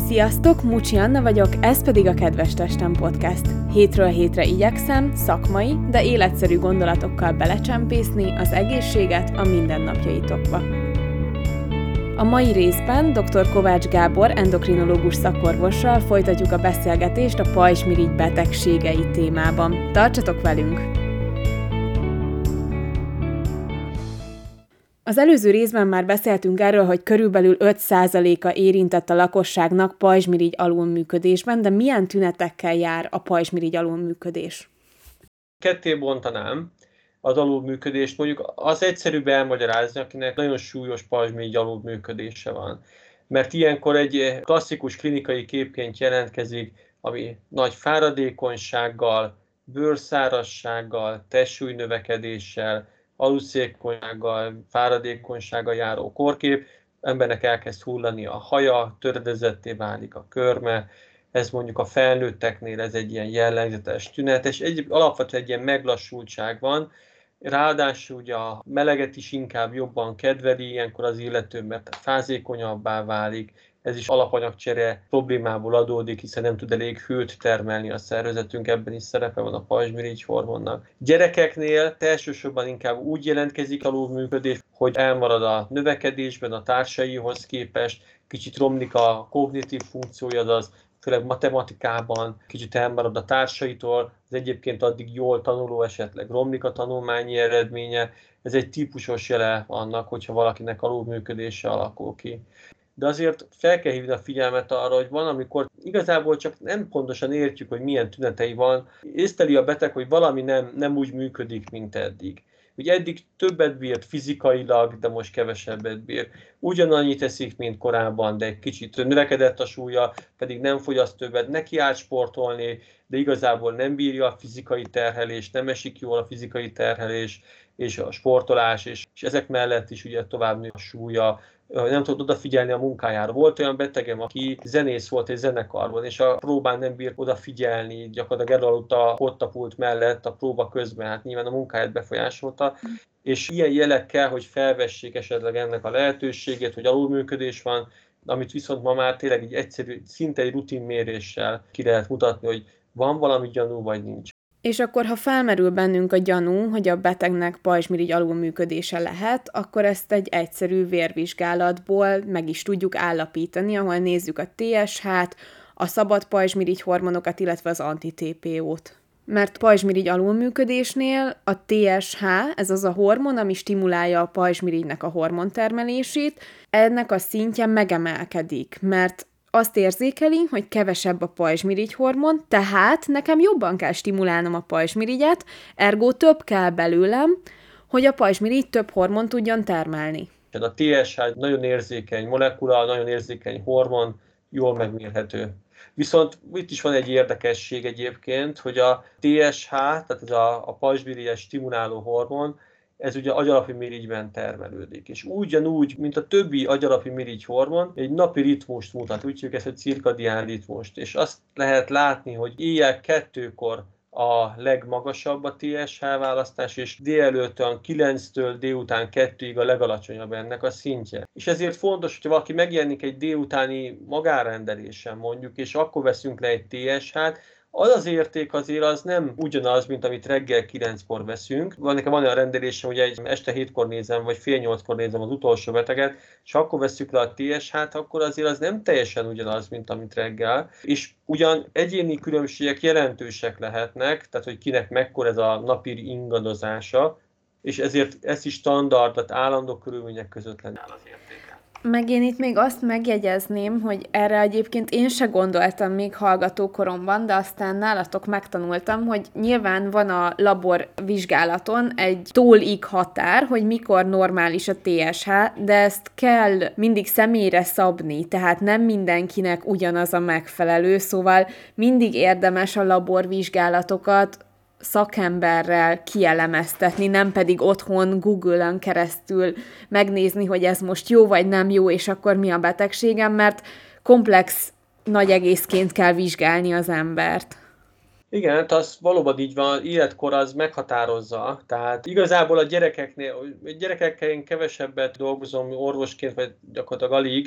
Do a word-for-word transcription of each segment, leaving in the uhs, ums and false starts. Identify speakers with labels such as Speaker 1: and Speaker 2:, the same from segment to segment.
Speaker 1: Sziasztok, Mucsi Anna vagyok, ez pedig a Kedves Testem Podcast. Hétről hétre igyekszem szakmai, de életszerű gondolatokkal belecsempészni az egészséget a mindennapjaitokba. A mai részben dr. Kovács Gábor endokrinológus szakorvossal folytatjuk a beszélgetést a pajzsmirigy betegségei témában. Tartsatok velünk! Az előző részben már beszéltünk erről, hogy körülbelül öt százaléka érintett a lakosságnak pajzsmirigy alulműködésben, de milyen tünetekkel jár a pajzsmirigy alulműködés?
Speaker 2: Ketté bontanám az alulműködést, mondjuk az egyszerűbb elmagyarázni, akinek nagyon súlyos pajzsmirigy alulműködése van. Mert ilyenkor egy klasszikus klinikai képként jelentkezik, ami nagy fáradékonysággal, bőrszárazsággal, testsúlynövekedéssel, alulszékonysággal, fáradékonysággal járó korkép, embernek elkezd hullani a haja, töredezetté válik a körme, ez mondjuk a felnőtteknél ez egy ilyen jellegzetes tünet, és egy, alapvetően egy ilyen meglassultság van, ráadásul ugye a meleget is inkább jobban kedveli, ilyenkor az illető, mert fázékonyabbá válik, ez is alapanyagcsere problémából adódik, hiszen nem tud elég hőt termelni a szervezetünk, ebben is szerepe van a pajzsmirigy hormonnak. Gyerekeknél elsősorban inkább úgy jelentkezik alulműködés, hogy elmarad a növekedésben a társaihoz képest, kicsit romlik a kognitív funkciója, azaz főleg matematikában kicsit elmarad a társaitól, az egyébként addig jól tanuló esetleg romlik a tanulmányi eredménye. Ez egy típusos jele annak, hogyha valakinek alulműködése alakul ki. De azért fel kell hívni a figyelmet arra, hogy van, amikor igazából csak nem pontosan értjük, hogy milyen tünetei van. Észleli a beteg, hogy valami nem, nem úgy működik, mint eddig. Ugye eddig többet bírt fizikailag, de most kevesebbet bír. Ugyanannyit eszik, mint korábban, de egy kicsit növekedett a súlya, pedig nem fogyaszt többet, neki állt sportolni, de igazából nem bírja a fizikai terhelést, nem esik jól a fizikai terhelés és a sportolás, és, és ezek mellett is ugye tovább nő a súlya, nem tudott odafigyelni a munkájára. Volt olyan betegem, aki zenész volt egy zenekarban, és a próbán nem bírt odafigyelni, gyakorlatilag elaludt a kottapult mellett a próba közben, hát nyilván a munkáját befolyásolta, és ilyen jelekkel, hogy felvessék esetleg ennek a lehetőségét, hogy alulműködés van, amit viszont ma már tényleg egy egyszerű, szinte egy rutinméréssel ki lehet mutatni, hogy van valami gyanú, vagy nincs.
Speaker 1: És akkor, ha felmerül bennünk a gyanú, hogy a betegnek pajzsmirigy alulműködése lehet, akkor ezt egy egyszerű vérvizsgálatból meg is tudjuk állapítani, ahol nézzük a té es há-t, a szabad pajzsmirigy hormonokat, illetve az anti-té pé ó-t. Mert pajzsmirigy alulműködésnél a té es há, ez az a hormon, ami stimulálja a pajzsmirigynek a hormontermelését, ennek a szintje megemelkedik, mert azt érzékeli, hogy kevesebb a pajzsmirigy hormon, tehát nekem jobban kell stimulálnom a pajzsmirigyet, ergo több kell belőlem, hogy a pajzsmirigy több hormon tudjon termelni.
Speaker 2: A té es há nagyon érzékeny molekula, nagyon érzékeny hormon, jól megmérhető. Viszont itt is van egy érdekesség egyébként, hogy a té es há, tehát ez a, a pajzsmirigyet stimuláló hormon, ez ugye agyalapi mirigyben termelődik. És ugyanúgy, mint a többi agyalapi mirigy hormon, egy napi ritmust mutat, úgy hívjuk ezt, hogy cirkadián ritmust. És azt lehet látni, hogy éjjel kettőkor a legmagasabb a té es há választás, és délelőtt olyan kilenctől délután kettőig a legalacsonyabb ennek a szintje. És ezért fontos, hogyha valaki megjelenik egy délutáni magánrendelésen mondjuk, és akkor veszünk le egy té es há-t, az az érték azért az nem ugyanaz, mint amit reggel kilenckor veszünk. Van nekem van olyan rendelésem, hogy egy este hétkor nézem, vagy fél nyolckor nézem az utolsó beteget, és akkor veszük le a té es há-t, akkor azért az nem teljesen ugyanaz, mint amit reggel. És ugyan egyéni különbségek jelentősek lehetnek, tehát hogy kinek mekkora ez a napi ingadozása, és ezért ez is standard, tehát állandó körülmények között lenne az értéke.
Speaker 1: Meg én itt még azt megjegyezném, hogy erre egyébként én se gondoltam még hallgatókoromban, de aztán nálatok megtanultam, hogy nyilván van a labor vizsgálaton egy tól-ig határ, hogy mikor normális a té es há, de ezt kell mindig személyre szabni, tehát nem mindenkinek ugyanaz a megfelelő, szóval mindig érdemes a laborvizsgálatokat szakemberrel kielemeztetni, nem pedig otthon Google-on keresztül megnézni, hogy ez most jó vagy nem jó, és akkor mi a betegségem, mert komplex nagy egészként kell vizsgálni az embert.
Speaker 2: Igen, hát az valóban így van, életkor az meghatározza, tehát igazából a gyerekeknél, gyerekekkel én kevesebbet dolgozom orvosként, vagy gyakorlatilag alig,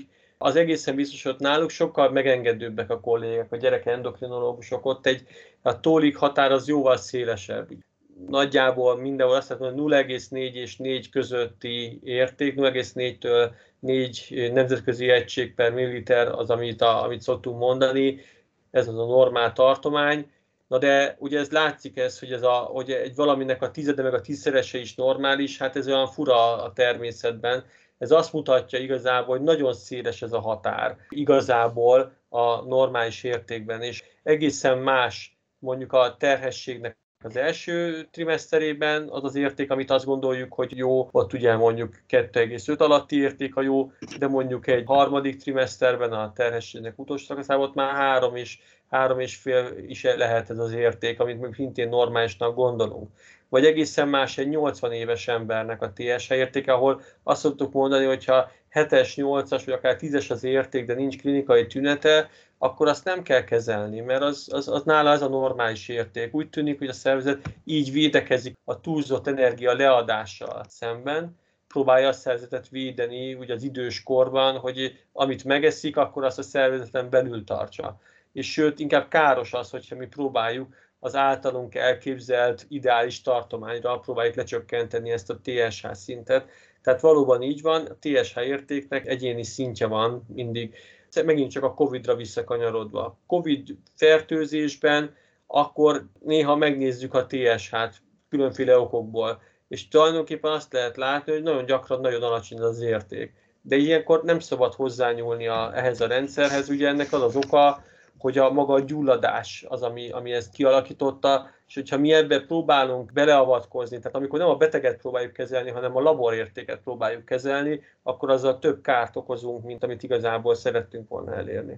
Speaker 2: Az egészen biztos, hogy náluk sokkal megengedőbbek a kollégák, a gyerek endokrinológusok, ott egy, a tólik határ az jóval szélesebb. Nagyjából mindenhol azt mondom, hogy nulla egész négy és négy közötti érték, nulla egész négytől négy nemzetközi egység per milliliter az, amit, a, amit szoktunk mondani, ez az a normál tartomány. Na de ugye ez látszik ez, hogy, ez a, hogy egy valaminek a tizede meg a tízszerese is normális, hát ez olyan fura a természetben. Ez azt mutatja igazából, hogy nagyon széles ez a határ igazából a normális értékben, és egészen más mondjuk a terhességnek az első trimeszterében az az érték, amit azt gondoljuk, hogy jó, ott ugye mondjuk kettő egész öt alatti érték a jó, de mondjuk egy harmadik trimeszterben a terhességnek utolsó szakaszában ott már három és három és fél is lehet ez az érték, amit még szintén normálisnak gondolunk. Vagy egészen más egy nyolcvan éves embernek a té es há értéke, ahol azt szoktuk mondani, hogyha hetes, nyolcas vagy akár tízes az érték, de nincs klinikai tünete, akkor azt nem kell kezelni, mert az, az, az nála ez a normális érték. Úgy tűnik, hogy a szervezet így védekezik a túlzott energia leadással szemben, próbálja a szervezetet védeni ugye az idős korban, hogy amit megeszik, akkor azt a szervezeten belül tartsa. És sőt, inkább káros az, hogyha mi próbáljuk az általunk elképzelt ideális tartományra próbáljuk lecsökkenteni ezt a té es há szintet. Tehát valóban így van, a té es há értéknek egyéni szintje van mindig. Megint csak a Covidra visszakanyarodva. Covid fertőzésben akkor néha megnézzük a té es hát különféle okokból, és tulajdonképpen azt lehet látni, hogy nagyon gyakran nagyon alacsony az érték. De ilyenkor nem szabad hozzányúlni a, ehhez a rendszerhez, ugye ennek az az oka, hogy a maga a gyulladás az, ami, ami ezt kialakította, és hogyha mi ebbe próbálunk beleavatkozni, tehát amikor nem a beteget próbáljuk kezelni, hanem a laborértéket próbáljuk kezelni, akkor azzal több kárt okozunk, mint amit igazából szerettünk volna elérni.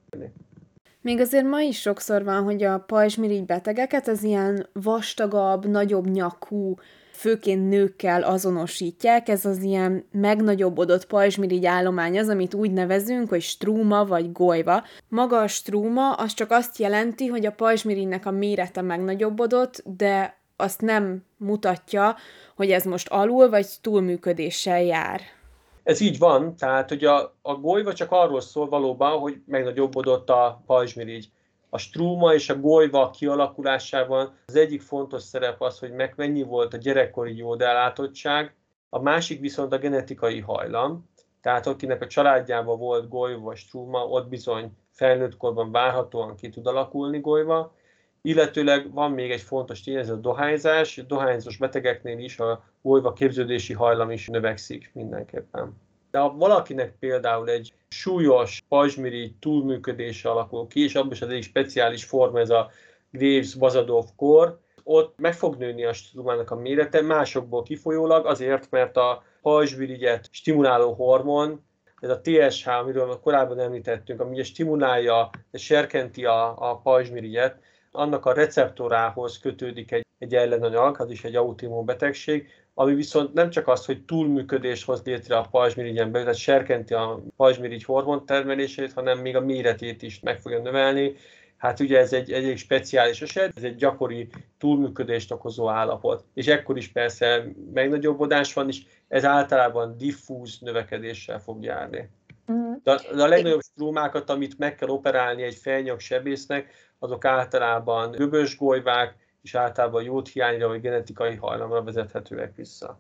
Speaker 1: Még azért ma is sokszor van, hogy a pajzsmirigy betegeket az ilyen vastagabb, nagyobb nyakú, főként nőkkel azonosítják, ez az ilyen megnagyobbodott pajzsmirigy állomány az, amit úgy nevezünk, hogy strúma vagy golyva. Maga a strúma az csak azt jelenti, hogy a pajzsmirigynek a mérete megnagyobbodott, de azt nem mutatja, hogy ez most alul vagy túlműködéssel jár.
Speaker 2: Ez így van, tehát hogy a, a golyva csak arról szól valóban, hogy megnagyobbodott a pajzsmirigy. A strúma és a golyva kialakulásában az egyik fontos szerep az, hogy meg mennyi volt a gyerekkori jódellátottság, a másik viszont a genetikai hajlam. Tehát akinek a családjában volt golyva vagy strúma, ott bizony felnőtt korban várhatóan ki tud alakulni golyva. Illetőleg van még egy fontos tényező, a dohányzás. A dohányzós betegeknél is a golyva képződési hajlam is növekszik mindenképpen. De ha valakinek például egy súlyos pajzsmirigy túlműködése alakul ki, és abban is az egyik speciális forma, ez a Graves-Bazadov-kór, ott meg fog nőni a strúmának a mérete, másokból kifolyólag, azért, mert a pajzsmirigyet stimuláló hormon, ez a té es há, amiről korábban említettünk, ami ugye stimulálja, serkenti a, a pajzsmirigyet, annak a receptorához kötődik egy, egy ellenanyag, az is egy autoimmun betegség, ami viszont nem csak az, hogy túlműködés hoz létre a pajzsmirigyen belül, tehát serkenti a pajzsmirigy hormon termelését, hanem még a méretét is meg fogja növelni. Hát ugye ez egy, egy speciális eset, ez egy gyakori túlműködést okozó állapot. És ekkor is persze megnagyobbodás van, és ez általában diffúz növekedéssel fog járni. De a legnagyobb strúmákat, amit meg kell operálni egy fejnyak sebésznek, azok általában göbös golyvák, és általában jódhiányra vagy genetikai hajlamra vezethetőek vissza.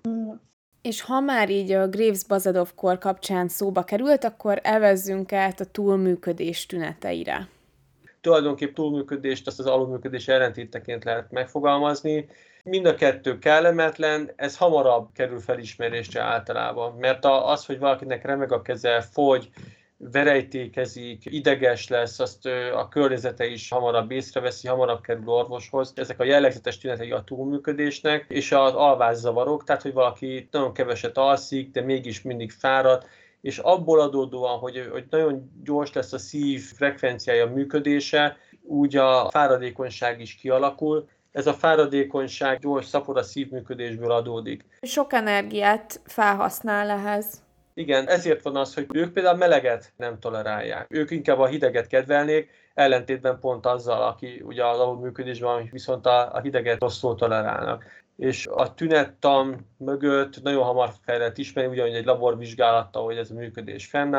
Speaker 1: És ha már így a Graves-Bazadov-kór kapcsán szóba került, akkor evezzünk át a túlműködés tüneteire.
Speaker 2: Tulajdonképp túlműködést, azt az alulműködés ellentéteként lehet megfogalmazni. Mind a kettő kellemetlen, ez hamarabb kerül felismerésre általában, mert az, hogy valakinek remeg a keze, fogy, verejtékezik, ideges lesz, azt a környezete is hamarabb észreveszi, hamarabb kerül orvoshoz. Ezek a jellegzetes tünetei a túlműködésnek, és az alvászavarok, tehát hogy valaki nagyon keveset alszik, de mégis mindig fáradt, és abból adódóan, hogy, hogy nagyon gyors lesz a szív frekvenciája működése, úgy a fáradékonyság is kialakul. Ez a fáradékonyság gyors, szapora szívműködésből adódik.
Speaker 1: Sok energiát felhasznál ehhez.
Speaker 2: Igen, ezért van az, hogy ők például meleget nem tolerálják. Ők inkább a hideget kedvelnék, ellentétben pont azzal, aki ugye az alulműködésben viszont a, a hideget rosszul tolerálnak. És a tünettan mögött nagyon hamar fel lehet ismerni, ugyanúgy egy laborvizsgálattal, hogy ez a működés fennáll,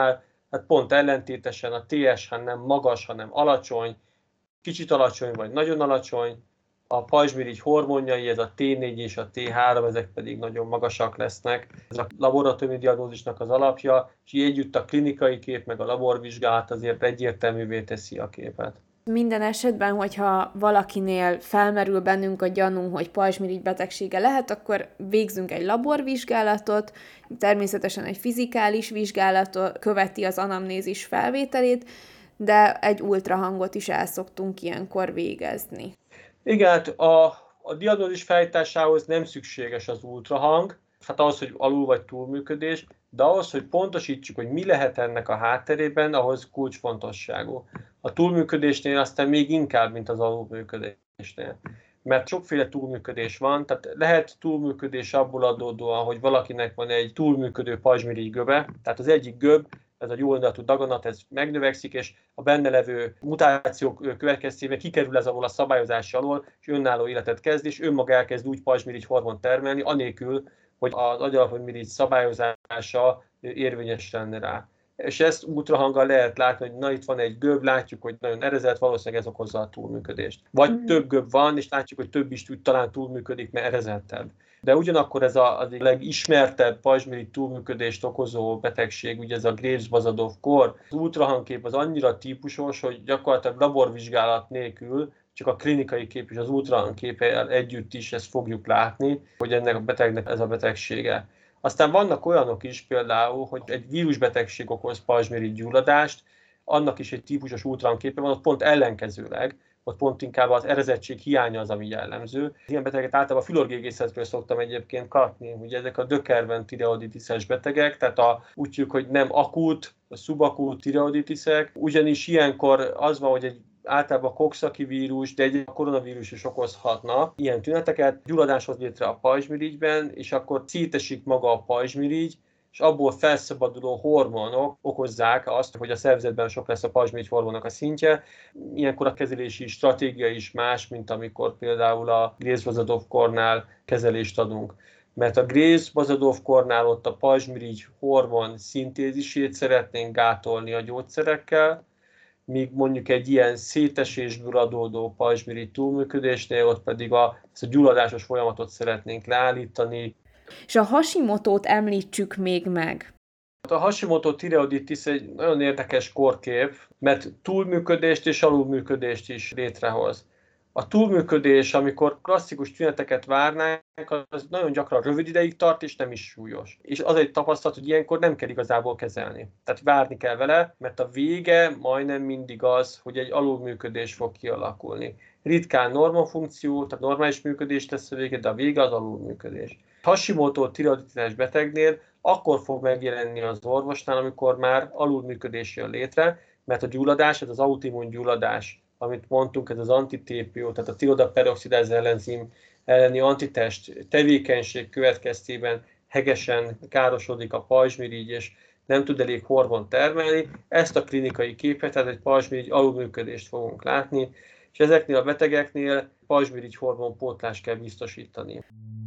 Speaker 2: Hát pont ellentétesen a té es há nem magas, hanem alacsony, kicsit alacsony vagy nagyon alacsony, a pajzsmirigy hormonjai, ez a té négy és a té három, ezek pedig nagyon magasak lesznek. Ez a laboratóriumi diagnózisnak az alapja, és így együtt a klinikai kép meg a laborvizsgálat azért egyértelművé teszi a képet.
Speaker 1: Minden esetben, hogyha valakinél felmerül bennünk a gyanú, hogy pajzsmirigy betegsége lehet, akkor végzünk egy laborvizsgálatot, természetesen egy fizikális vizsgálatot követi az anamnézis felvételét, de egy ultrahangot is el szoktunk ilyenkor végezni.
Speaker 2: Igen, hát a, a diagnózis felállításához nem szükséges az ultrahang, hát ahhoz, hogy alul vagy túlműködés, de ahhoz, hogy pontosítsuk, hogy mi lehet ennek a hátterében, ahhoz kulcsfontosságú. A túlműködésnél aztán még inkább, mint az alulműködésnél. Mert sokféle túlműködés van, tehát lehet túlműködés abból adódóan, hogy valakinek van egy túlműködő pajzsmirigy göbe, tehát az egyik göb, ez a jóindulatú daganat, ez megnövekszik, és a benne levő mutációk következtében kikerül ez alól a szabályozás alól, és önálló életet kezd, és önmaga elkezd úgy pajzsmirigy hormont termelni, anélkül, hogy az agyalapmirigy szabályozása érvényes lenne rá. És ezt ultrahanggal lehet látni, hogy na itt van egy göb, látjuk, hogy nagyon erezett, valószínűleg ez okozza a túlműködést. Vagy mm. több göb van, és látjuk, hogy több is úgy talán túlműködik, mert erezettebb. De ugyanakkor ez a, az a legismertebb pajzsmirigy túlműködést okozó betegség, ugye ez a Graves-Basadov-kór. Az ultrahangkép az annyira típusos, hogy gyakorlatilag laborvizsgálat nélkül, csak a klinikai kép és az ultrahangképpel együtt is ezt fogjuk látni, hogy ennek a betegnek ez a betegsége. Aztán vannak olyanok is például, hogy egy vírusbetegség okoz pajzsmirigy gyulladást, annak is egy típusos ultrahangképe van, ott pont ellenkezőleg, ott pont inkább az erezettség hiánya az, ami jellemző. Ilyen betegeket általában a fülorgégészetről szoktam egyébként kapni, ugye ezek a dökerben tireoiditiszes betegek, tehát a, úgy tudjuk, hogy nem akut, a szubakut tireoiditiszek, ugyanis ilyenkor az van, hogy egy általában a Coxsackie vírus, de egy koronavírus is okozhatna ilyen tüneteket, gyulladás hoz létre a pajzsmirigyben, és akkor szétesik maga a pajzsmirigy, és abból felszabaduló hormonok okozzák azt, hogy a szervezetben sok lesz a pajzsmirigy hormonok a szintje. Ilyenkor a kezelési stratégia is más, mint amikor például a Graves-Basadov-kórnál kezelést adunk. Mert a Graves-Basadov-kórnál ott a pajzsmirigy hormon szintézisét szeretnénk gátolni a gyógyszerekkel, míg mondjuk egy ilyen szétesésből adódó pajzsmirigy túlműködésnél, ott pedig a, ezt a gyulladásos folyamatot szeretnénk leállítani.
Speaker 1: És a Hashimotót említsük még meg.
Speaker 2: A Hashimoto tireoiditis egy nagyon érdekes kórkép, mert túlműködést és alulműködést is létrehoz. A túlműködés, amikor klasszikus tüneteket várnánk, az nagyon gyakran rövid ideig tart, és nem is súlyos. És az egy tapasztalat, hogy ilyenkor nem kell igazából kezelni. Tehát várni kell vele, mert a vége majdnem mindig az, hogy egy alulműködés fog kialakulni. Ritkán normafunkció, tehát normális működés lesz a vége, de a vége az alulműködés. Hashimoto tireoiditis betegnél akkor fog megjelenni az orvosnál, amikor már alulműködés jön létre, mert a gyulladás, ez az autoimmun gyulladás, amit mondtunk, ez az anti-té pé o, tehát a tirodaperoxidáz enzim elleni antitest tevékenység következtében hegesen károsodik a pajzsmirigy, és nem tud elég hormont termelni. Ezt a klinikai képet, tehát egy pajzsmirigy alulműködést fogunk látni, és ezeknél a betegeknél pajzsmirigy hormonpótlást kell biztosítani.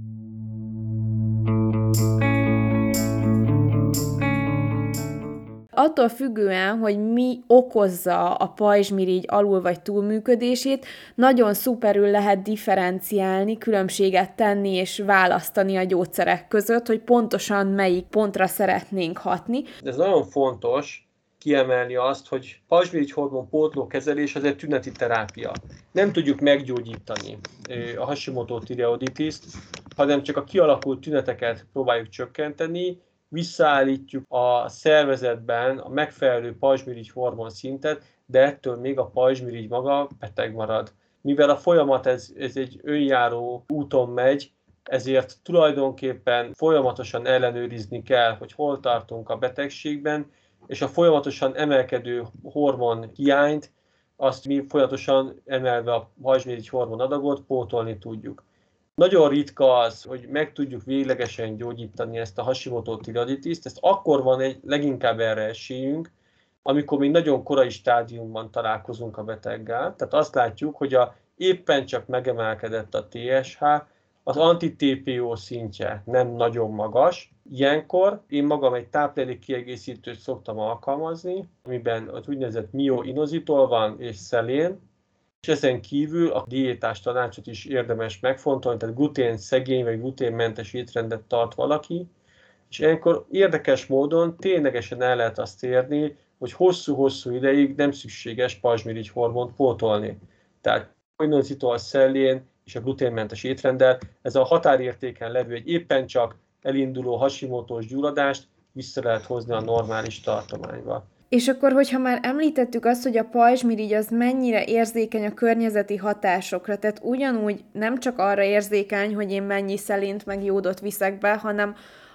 Speaker 1: Attól függően, hogy mi okozza a pajzsmirigy alul- vagy túlműködését, nagyon szuperül lehet differenciálni, különbséget tenni és választani a gyógyszerek között, hogy pontosan melyik pontra szeretnénk hatni.
Speaker 2: Ez nagyon fontos kiemelni azt, hogy pajzsmirigy hormon pótló kezelés az egy tüneti terápia. Nem tudjuk meggyógyítani a Hashimoto tireoiditist, hanem csak a kialakult tüneteket próbáljuk csökkenteni, visszaállítjuk a szervezetben a megfelelő pajzsmirigy hormon szintet, de ettől még a pajzsmirigy maga beteg marad. Mivel a folyamat ez, ez egy önjáró úton megy, ezért tulajdonképpen folyamatosan ellenőrizni kell, hogy hol tartunk a betegségben, és a folyamatosan emelkedő hormon hiányt, azt mi folyamatosan emelve a pajzsmirigy hormon adagot pótolni tudjuk. Nagyon ritka az, hogy meg tudjuk véglegesen gyógyítani ezt a Hashimoto tireoiditist, ezt akkor van egy leginkább erre esélyünk, amikor még nagyon korai stádiumban találkozunk a beteggel. Tehát azt látjuk, hogy a, éppen csak megemelkedett a té es há, az anti-té pé o szintje nem nagyon magas. Ilyenkor én magam egy táplálék kiegészítőt szoktam alkalmazni, amiben az úgynevezett mioinozitol van és szelén, és ezen kívül a diétás tanácsot is érdemes megfontolni, tehát glutén szegény vagy gluténmentes étrendet tart valaki, és ilyenkor érdekes módon ténylegesen el lehet azt érni, hogy hosszú-hosszú ideig nem szükséges pajzsmirigy hormont pótolni. Tehát mioinozitol, szellén és a gluténmentes étrenddel ez a határértéken levő egy éppen csak elinduló Hashimotós gyulladást vissza lehet hozni a normális tartományba.
Speaker 1: És akkor, hogyha már említettük azt, hogy a pajzsmirigy az mennyire érzékeny a környezeti hatásokra, tehát ugyanúgy nem csak arra érzékeny, hogy én mennyi szelint meg jódot viszek be, hanem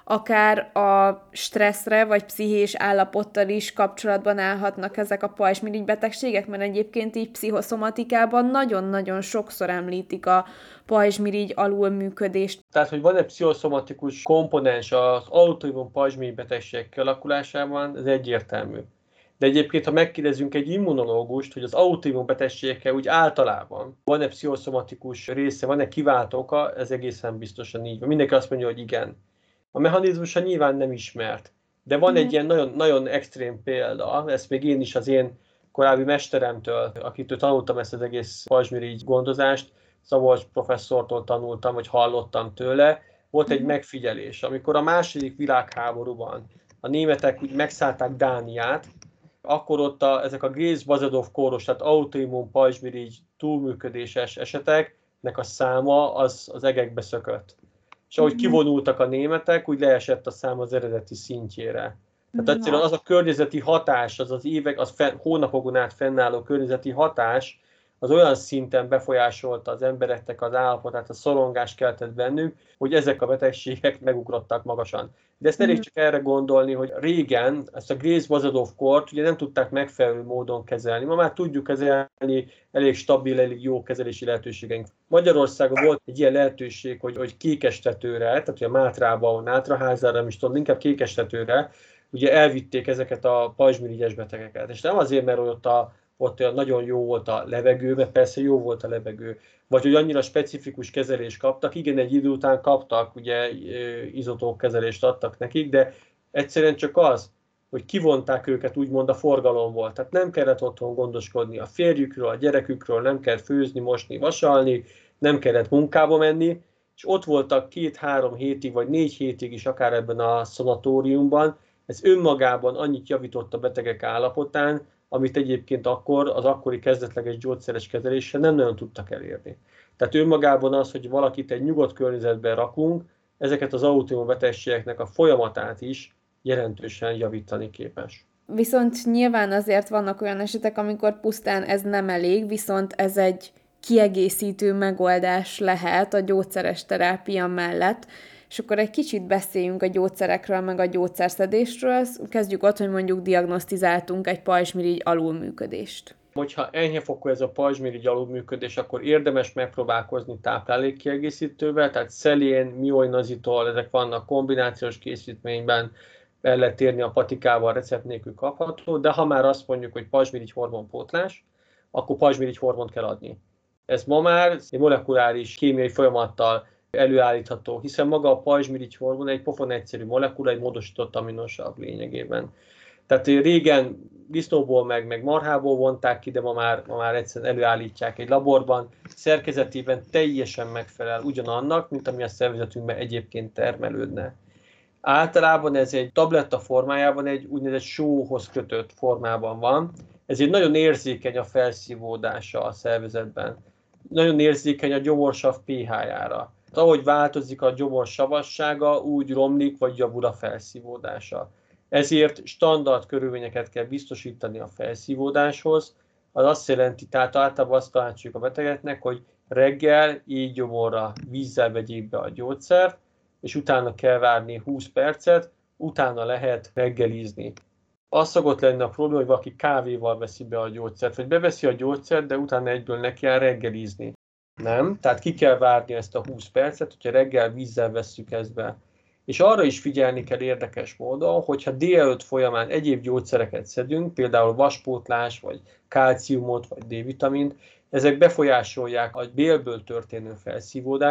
Speaker 1: akár a stresszre vagy pszichés állapottal is kapcsolatban állhatnak ezek a pajzsmirigy betegségek, mert egyébként így pszichoszomatikában nagyon-nagyon sokszor említik a pajzsmirigy alulműködést.
Speaker 2: Tehát, hogy van egy pszichoszomatikus komponens az autoimmun pajzsmirigy betegségek kialakulásában, ez egyértelmű. De egyébként, ha megkérdezünk egy immunológust, hogy az autoimmun betegségekkel úgy általában van-e pszichoszomatikus része, van-e kiváltó oka, ez egészen biztosan így van. Mindenki azt mondja, hogy igen. A mechanizmusa nyilván nem ismert, de van egy ilyen nagyon, nagyon extrém példa, ezt még én is az én korábbi mesteremtől, akitől tanultam ezt az egész pajzsmirigy gondozást, Szabolcs professzortól tanultam, vagy hallottam tőle, volt egy megfigyelés, amikor a második világháborúban a németek úgy megszállták Dániát, akkor ott a, ezek a Graves-Bazadov kóros, tehát autoimmun pajzsmirigy túlműködéses eseteknek a száma az, az egekbe szökött. És ahogy kivonultak a németek, úgy leesett a szám az eredeti szintjére. Tehát egyszerűen az a környezeti hatás, az az évek, az fenn, hónapokon át fennálló környezeti hatás, az olyan szinten befolyásolta az embereknek az állapotát, a szorongást keltett bennük, hogy ezek a betegségek megugrottak magasan. De ezt elég csak erre gondolni, hogy régen ezt a Graves-Bazadov-kort ugye nem tudták megfelelő módon kezelni. Ma már tudjuk kezelni, elég stabil, elég jó kezelési lehetőségeink. Magyarországon volt egy ilyen lehetőség, hogy, hogy kékestetőre, tehát hogy a Mátrában, Nátraházára, nem is tudom, inkább kékestetőre, ugye elvitték ezeket a pajzsmirigyes betegeket. És nem azért, mert ott a ott olyan nagyon jó volt a levegő, mert persze jó volt a levegő, vagy hogy annyira specifikus kezelést kaptak, igen, egy idő után kaptak, ugye izotóp kezelést adtak nekik, de egyszerűen csak az, hogy kivonták őket úgymond a forgalomból. Tehát nem kellett otthon gondoskodni a férjükről, a gyerekükről, nem kellett főzni, mosni, vasalni, nem kellett munkába menni, és ott voltak két-három hétig, vagy négy hétig is akár ebben a szanatóriumban. Ez önmagában annyit javított a betegek állapotán, amit egyébként akkor az akkori kezdetleges gyógyszeres kezeléssel nem nagyon tudtak elérni. Tehát önmagában az, hogy valakit egy nyugodt környezetben rakunk, ezeket az autoimmun betegségeknek a folyamatát is jelentősen javítani képes.
Speaker 1: Viszont nyilván azért vannak olyan esetek, amikor pusztán ez nem elég, viszont ez egy kiegészítő megoldás lehet a gyógyszeres terápia mellett. És akkor egy kicsit beszéljünk a gyógyszerekről, meg a gyógyszerszedésről. Kezdjük ott, hogy mondjuk diagnosztizáltunk egy pajzsmirigy alulműködést.
Speaker 2: Hogyha enyhefokú ez a pajzsmirigy alulműködés, akkor érdemes megpróbálkozni táplálékkiegészítővel, tehát szelén, mioinozitol, ezek vannak kombinációs készítményben, el lehet térni a patikával, recept nélkül kapható, de ha már azt mondjuk, hogy pajzsmirigy hormonpótlás, akkor pajzsmirigy hormont kell adni. Ez ma már egy molekuláris kémiai folyamattal előállítható, hiszen maga a pajzsmirigy hormon egy pofon egyszerű molekula, egy módosított aminosav lényegében. Tehát régen disznóból meg, meg marhából vonták ki, de ma már, ma már egyszerűen előállítják egy laborban. Szerkezetében teljesen megfelel ugyanannak, mint ami a szervezetünkben egyébként termelődne. Általában ez egy tabletta formájában, egy úgynevezett sóhoz kötött formában van. Ezért nagyon érzékeny a felszívódása a szervezetben. Nagyon érzékeny a gyomorsav pH-jára. Ahogy változik a gyomor savassága, úgy romlik vagy javul a felszívódása. Ezért standard körülményeket kell biztosítani a felszívódáshoz. Az azt jelenti, tehát általában azt tanácsoljuk a betegeknek, hogy reggel éjgyomorra vízzel vegyék be a gyógyszert, és utána kell várni húsz percet, utána lehet reggelizni. Az szokott lenni a probléma, hogy valaki kávéval veszi be a gyógyszert, vagy beveszi a gyógyszert, de utána egyből neki kell reggelizni. Nem, tehát ki kell várni ezt a húsz percet, hogyha reggel vízzel vesszük ezt be. És arra is figyelni kell érdekes módon, hogyha délelőtt folyamán egyéb gyógyszereket szedünk, például vaspótlás, vagy kálciumot, vagy D-vitamint, ezek befolyásolják a bélből történő felszívódást,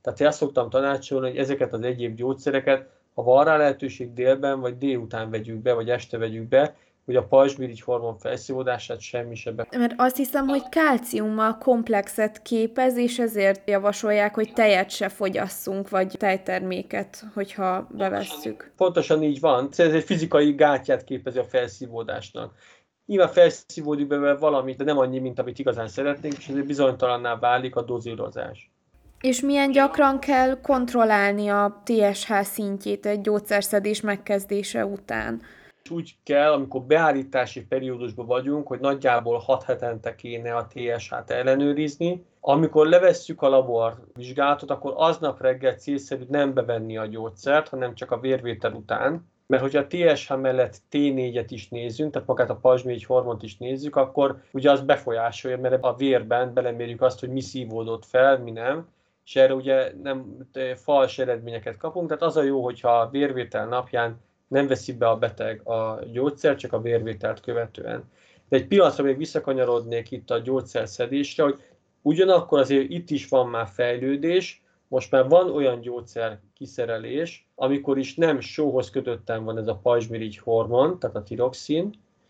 Speaker 2: Tehát én azt szoktam tanácsolni, hogy ezeket az egyéb gyógyszereket, ha van rá lehetőség, délben vagy délután vegyük be, vagy este vegyük be, hogy a pajzsmirigy hormon felszívódását semmi se be.
Speaker 1: Mert azt hiszem, hogy kálciummal komplexet képez, és ezért javasolják, hogy tejet se fogyasszunk, vagy tejterméket, hogyha bevesszük.
Speaker 2: Pontosan így van. Ez egy fizikai gátját képezi a felszívódásnak. Nyilván felszívódik belőle valamit, de nem annyi, mint amit igazán szeretnénk, és ezért bizonytalanná válik a dozírozás.
Speaker 1: És milyen gyakran kell kontrollálni a té es há szintjét egy gyógyszerszedés megkezdése után?
Speaker 2: Úgy kell, amikor beállítási periódusban vagyunk, hogy nagyjából hat hetente kéne a té es hát ellenőrizni. Amikor levesszük a laborvizsgálatot, akkor aznap reggel célszerű nem bevenni a gyógyszert, hanem csak a vérvétel után. Mert hogyha a té es há mellett té négyet is nézzünk, tehát magát a pajzsmirigy hormont is nézzük, akkor ugye az befolyásolja, mert a vérben belemérjük azt, hogy mi szívódott fel, mi nem, és erre ugye nem fals eredményeket kapunk, tehát az a jó, hogyha a vérvétel napján nem veszi be a beteg a gyógyszer, csak a vérvételt követően. De egy pillanatra még visszakanyarodnék itt a gyógyszerszedésre, hogy ugyanakkor azért itt is van már fejlődés, most már van olyan gyógyszer kiszerelés, amikor is nem sóhoz kötötten van ez a pajzsmirigy hormon, tehát a tiroxin,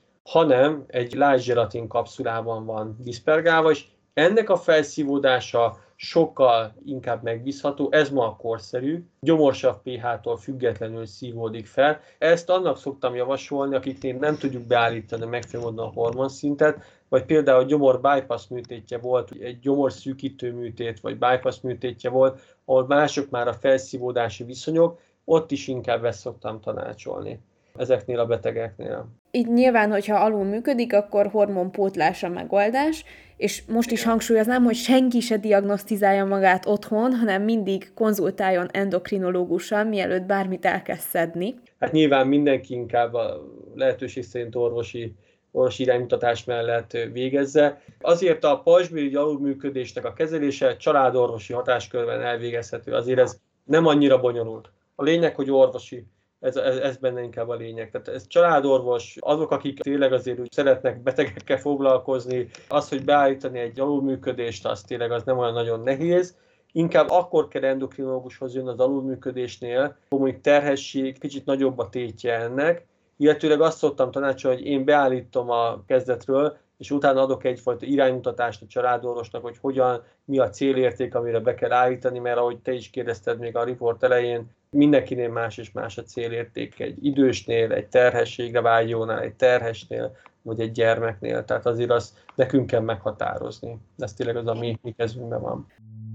Speaker 2: hanem egy lágyzselatin kapszulában van diszpergálva, és ennek a felszívódása sokkal inkább megbízható, ez ma a korszerű, gyomorsav pé há-tól függetlenül szívódik fel. Ezt annak szoktam javasolni, akiknél nem tudjuk beállítani megfelelő módon a hormonszintet, vagy például a gyomor bypass műtétje volt, egy gyomorszűkítő műtét, vagy bypass műtétje volt, ahol mások már a felszívódási viszonyok, ott is inkább ezt szoktam tanácsolni ezeknél a betegeknél.
Speaker 1: Így nyilván, hogyha alul működik, akkor hormonpótlás a megoldás, és most is hangsúlyoznám, hogy senki se diagnosztizálja magát otthon, hanem mindig konzultáljon endokrinológussal, mielőtt bármit elkezd szedni.
Speaker 2: Hát nyilván mindenki inkább a lehetőség szerint orvosi, orvosi iránymutatás mellett végezze. Azért a pajzsmirigy alulműködésnek a kezelése családorvosi hatáskörben elvégezhető, azért ez nem annyira bonyolult. A lényeg, hogy orvosi. Ez, ez, ez benne inkább a lényeg. Tehát ez családorvos, azok, akik tényleg azért úgy szeretnek betegekkel foglalkozni, az, hogy beállítani egy alulműködést, az tényleg az nem olyan nagyon nehéz. Inkább akkor kell endokrinológushoz jönni az alulműködésnél, hogy mondjuk terhesség, kicsit nagyobb a tétje ennek, illetőleg azt szoktam tanácsolni, hogy én beállítom a kezdetről, és utána adok egyfajta iránymutatást a családorvosnak, hogy hogyan, mi a célérték, amire be kell állítani, mert ahogy te is kérdezted még a riport elején, mindenkinél más és más a célérték, egy idősnél, egy terhességre vágyónál, egy terhesnél, vagy egy gyermeknél, tehát azért azt nekünk kell meghatározni. Ez tényleg az, ami mi kezünkben van.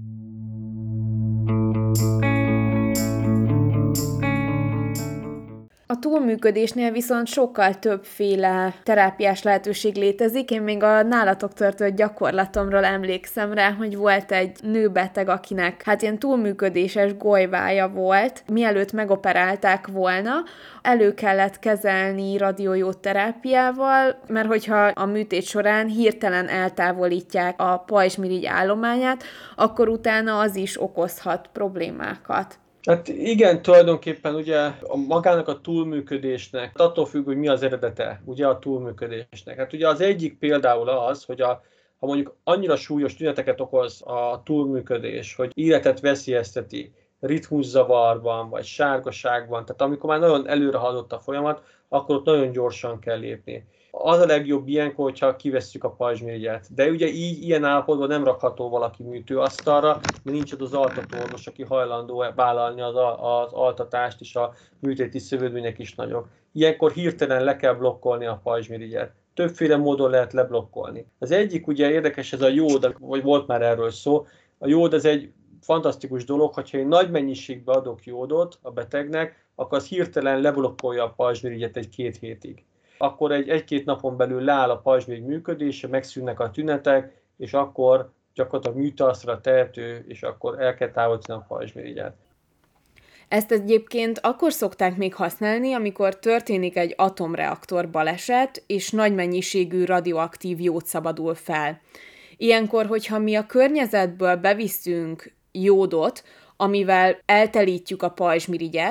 Speaker 1: A túlműködésnél viszont sokkal többféle terápiás lehetőség létezik. Én még a nálatok történt gyakorlatomról emlékszem rá, hogy volt egy nőbeteg, akinek hát ilyen túlműködéses golyvája volt. Mielőtt megoperálták volna, elő kellett kezelni radiójóterápiával, mert hogyha a műtét során hirtelen eltávolítják a pajzsmirigy állományát, akkor utána az is okozhat problémákat.
Speaker 2: Hát igen, tulajdonképpen ugye a magának a túlműködésnek, attól függ, hogy mi az eredete ugye a túlműködésnek. Hát ugye az egyik például az, hogy a, ha mondjuk annyira súlyos tüneteket okoz a túlműködés, hogy életet veszélyezteti, ritmuszavarban vagy sárgaságban, tehát amikor már nagyon előre haladott a folyamat, akkor ott nagyon gyorsan kell lépni. Az a legjobb ilyenkor, hogyha kivesszük a pajzsmirigyet. De ugye így, ilyen állapotban nem rakható valaki műtőasztalra, mert nincs ott az altatóorvos, aki hajlandó vállalni az, az altatást, és a műtéti szövődmények is nagyok. Ilyenkor hirtelen le kell blokkolni a pajzsmirigyet. Többféle módon lehet leblokkolni. Az egyik ugye érdekes, ez a jód, vagy volt már erről szó. A jód ez egy fantasztikus dolog, hogyha én nagy mennyiségben adok jódot a betegnek, akkor az hirtelen leblokkolja a pajzsmirigyet egy-két hétig. Akkor egy, egy-két napon belül leáll a pajzsmirigy működése, megszűnnek a tünetek, és akkor gyakorlatilag műtasztra tehető, és akkor el kell távolítani a pajzsmirigyet.
Speaker 1: Ezt egyébként akkor szokták még használni, amikor történik egy atomreaktor baleset, és nagy mennyiségű radioaktív jód szabadul fel. Ilyenkor, hogyha mi a környezetből beviszünk jódot, amivel eltelítjük a pajzsmirigyet,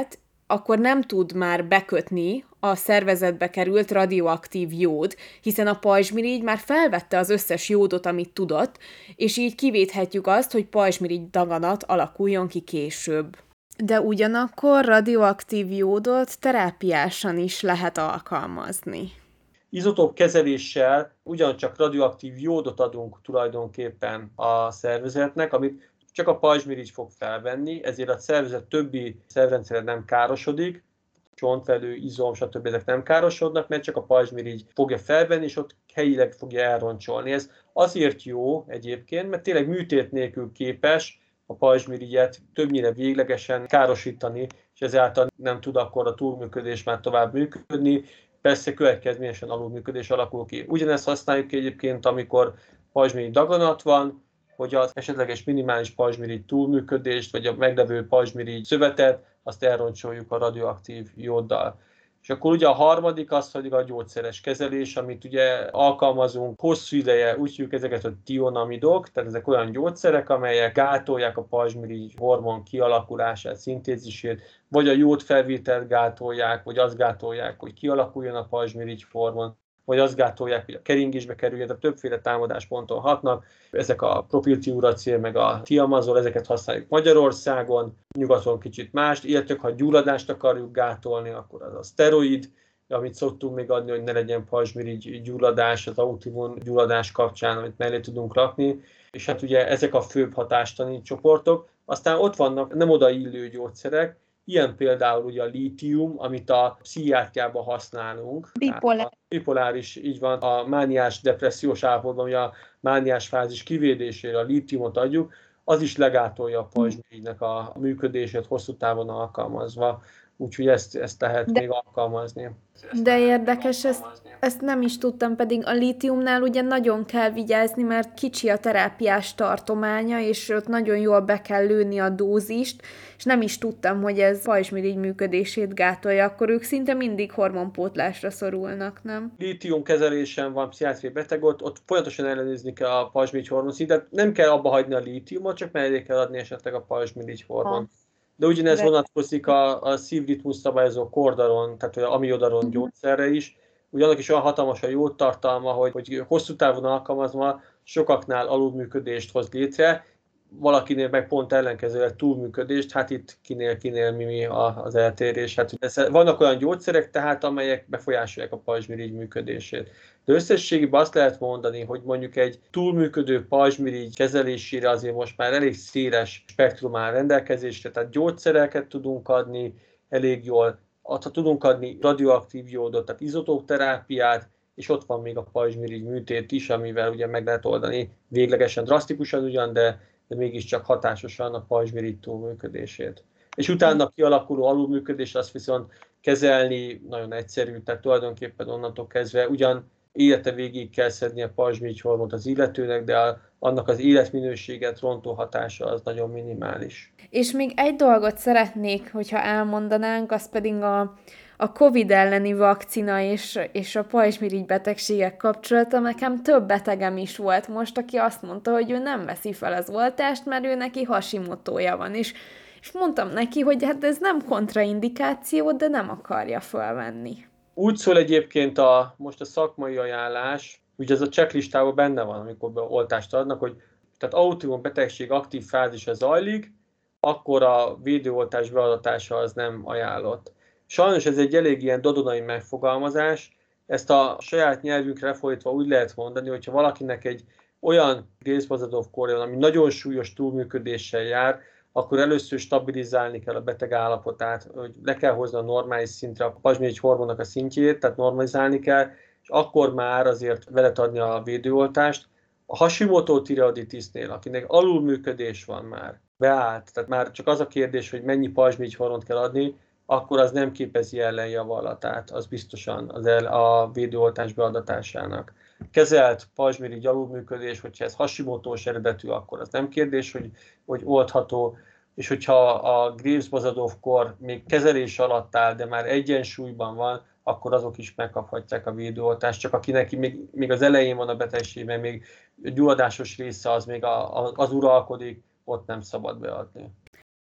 Speaker 1: akkor nem tud már bekötni a szervezetbe került radioaktív jód, hiszen a pajzsmirigy már felvette az összes jódot, amit tudott, és így kivéthetjük azt, hogy pajzsmirigy daganat alakuljon ki később. De ugyanakkor radioaktív jódot terápiásan is lehet alkalmazni.
Speaker 2: Izotóp kezeléssel ugyancsak radioaktív jódot adunk tulajdonképpen a szervezetnek, amit csak a pajzsmirigy fog felvenni, ezért a szervezet többi szervrendszere nem károsodik, csontvelő, izom, stb. Ezek nem károsodnak, mert csak a pajzsmirigy fogja felvenni, és ott helyileg fogja elroncsolni. Ez azért jó egyébként, mert tényleg műtét nélkül képes a pajzsmirigyet többnyire véglegesen károsítani, és ezáltal nem tud akkor a túlműködés már tovább működni. Persze következményesen alulműködés alakul ki. Ugyanezt használjuk ki egyébként, amikor pajzsmirigy daganat van, hogy az esetleges minimális pajzsmirigy túlműködést, vagy a meglevő pajzsmirigy szövetet, azt elroncsoljuk a radioaktív jóddal. És akkor ugye a harmadik az, hogy a gyógyszeres kezelés, amit ugye alkalmazunk hosszú ideje, úgy hívjuk ezeket, hogy tionamidok, tehát ezek olyan gyógyszerek, amelyek gátolják a pajzsmirigy hormon kialakulását, szintézisét, vagy a jódfelvételt gátolják, vagy azt gátolják, hogy kialakuljon a pajzsmirigy hormon, vagy azt gátolják, hogy a keringésbe kerüljen, tehát többféle támadásponton hatnak. Ezek a propiltiuracil, meg a tiamazol, ezeket használjuk Magyarországon, nyugaton kicsit más, illetve ha gyulladást akarjuk gátolni, akkor az a szteroid, amit szoktunk még adni, hogy ne legyen pajzsmirigy gyulladás, az autoimmun gyulladás kapcsán, amit mellé tudunk rakni. És hát ugye ezek a főbb hatástani csoportok. Aztán ott vannak nem odaillő gyógyszerek, ilyen például ugye a lítium, amit a pszichiátriában használunk.
Speaker 1: Bipolár.
Speaker 2: A bipoláris, így van, a mániás depressziós állapotban, ugye a mániás fázis kivédésére a lítiumot adjuk, az is legátolja a pajzsmirigynek a működését hosszú távon alkalmazva. Úgyhogy ezt, ezt lehet
Speaker 1: de,
Speaker 2: még alkalmazni.
Speaker 1: De érdekes, ezt, ezt nem is tudtam, pedig a lítiumnál ugye nagyon kell vigyázni, mert kicsi a terápiás tartománya, és ott nagyon jól be kell lőni a dózist, és nem is tudtam, hogy ez pajzsmirigy működését gátolja, akkor ők szinte mindig hormonpótlásra szorulnak, nem?
Speaker 2: Lítium kezelésen van pszichiátriai beteg, ott, ott folyamatosan ellenőrizni kell a pajzsmirigy hormonszintet, nem kell abba hagyni a lítiumot, csak mellé kell adni esetleg a pajzsmirigy hormon. De ugyanez De... vonatkozik a, a szívritmus szabályozó kordaron, tehát a amiodaron uh-huh. gyógyszerre is. Ugye annak is olyan hatalmas a jódtartalma, hogy, hogy hosszú távon alkalmazva sokaknál alulműködést hoz létre, valakinél meg pont ellenkezőleg túlműködést, hát itt kinél, kinél mi, mi az eltérés. Hát ez, vannak olyan gyógyszerek tehát, amelyek befolyásolják a pajzsmirigy működését. De összességében azt lehet mondani, hogy mondjuk egy túlműködő pajzsmirigy kezelésére azért most már elég széles spektrum áll rendelkezésre, tehát gyógyszereket tudunk adni elég jól, ha tudunk adni radioaktív jódot, tehát izotópterápiát, és ott van még a pajzsmirigy műtét is, amivel ugye meg lehet oldani véglegesen, drasztikusan ugyan, de de mégiscsak hatásosan a pajzsmirigy túlműködését. És utána kialakuló alulműködés azt viszont kezelni nagyon egyszerű, tehát tulajdonképpen onnantól kezdve ugyan élete végig kell szedni a pajzsmirigy hormont az illetőnek, de a, annak az életminőséget rontó hatása az nagyon minimális.
Speaker 1: És még egy dolgot szeretnék, hogyha elmondanánk, az pedig a a Covid elleni vakcina és, és a pajzsmirigy betegségek kapcsolata. Nekem több betegem is volt most, aki azt mondta, hogy ő nem veszi fel az oltást, mert ő neki Hashimotója van, és, és mondtam neki, hogy hát ez nem kontraindikáció, de nem akarja felvenni.
Speaker 2: Úgy szól egyébként a, most a szakmai ajánlás, ugye ez a checklistában benne van, amikor oltást adnak, hogy tehát autoimmun betegség aktív fázisa zajlik, akkor a védőoltás beadatása az nem ajánlott. Sajnos ez egy elég ilyen dodonai megfogalmazás, ezt a saját nyelvünkre lefordítva úgy lehet mondani, hogyha valakinek egy olyan Graves-Mazadov-kórja van, ami nagyon súlyos túlműködéssel jár, akkor először stabilizálni kell a beteg állapotát, hogy le kell hozni a normális szintre a pajzsmirigy hormonnak a szintjét, tehát normalizálni kell, és akkor már azért veled adni a védőoltást. A Hashimoto-tireoiditisnél, akinek alulműködés van már, beállt, tehát már csak az a kérdés, hogy mennyi pajzsmirigy hormont kell adni, akkor az nem képezi ellenjavallatát, az biztosan az el, a védőoltás beadatásának. Kezelt pajzsmirigy alulműködés, hogyha ez Hashimotós eredetű, akkor az nem kérdés, hogy, hogy oldható, és hogyha a Graves-Mazadov-kór még kezelés alatt áll, de már egyensúlyban van, akkor azok is megkaphatják a védőoltást, csak akinek még, még az elején van a betegségben, még gyulladásos része az még a, a, az uralkodik, ott nem szabad beadni.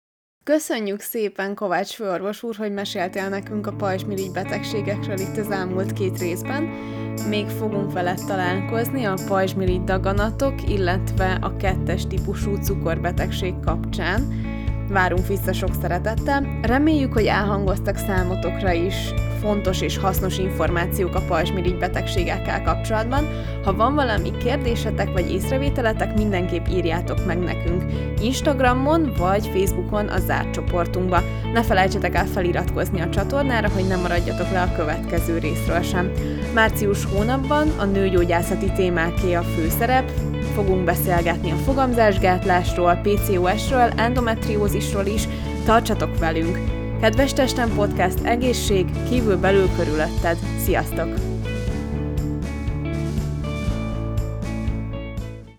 Speaker 1: Köszönjük szépen, Kovács főorvos úr, hogy meséltél nekünk a pajzsmirigy betegségekről itt az elmúlt két részben. Még fogunk veled találkozni a pajzsmirigy daganatok, illetve a kettes típusú cukorbetegség kapcsán. Várunk vissza sok szeretettel. Reméljük, hogy elhangoztak számotokra is fontos és hasznos információk a pajzsmirigy betegségekkel kapcsolatban. Ha van valami kérdésetek vagy észrevételetek, mindenképp írjátok meg nekünk Instagramon vagy Facebookon a zárt csoportunkba. Ne felejtsetek el feliratkozni a csatornára, hogy ne maradjatok le a következő részről sem. Március hónapban a nőgyógyászati témáké a főszerep, fogunk beszélgetni a fogamzásgátlásról, pé cé o esről, endometriózisról is. Tartsatok velünk! Kedves Testem Podcast, egészség, kívül-belül körülötted. Sziasztok!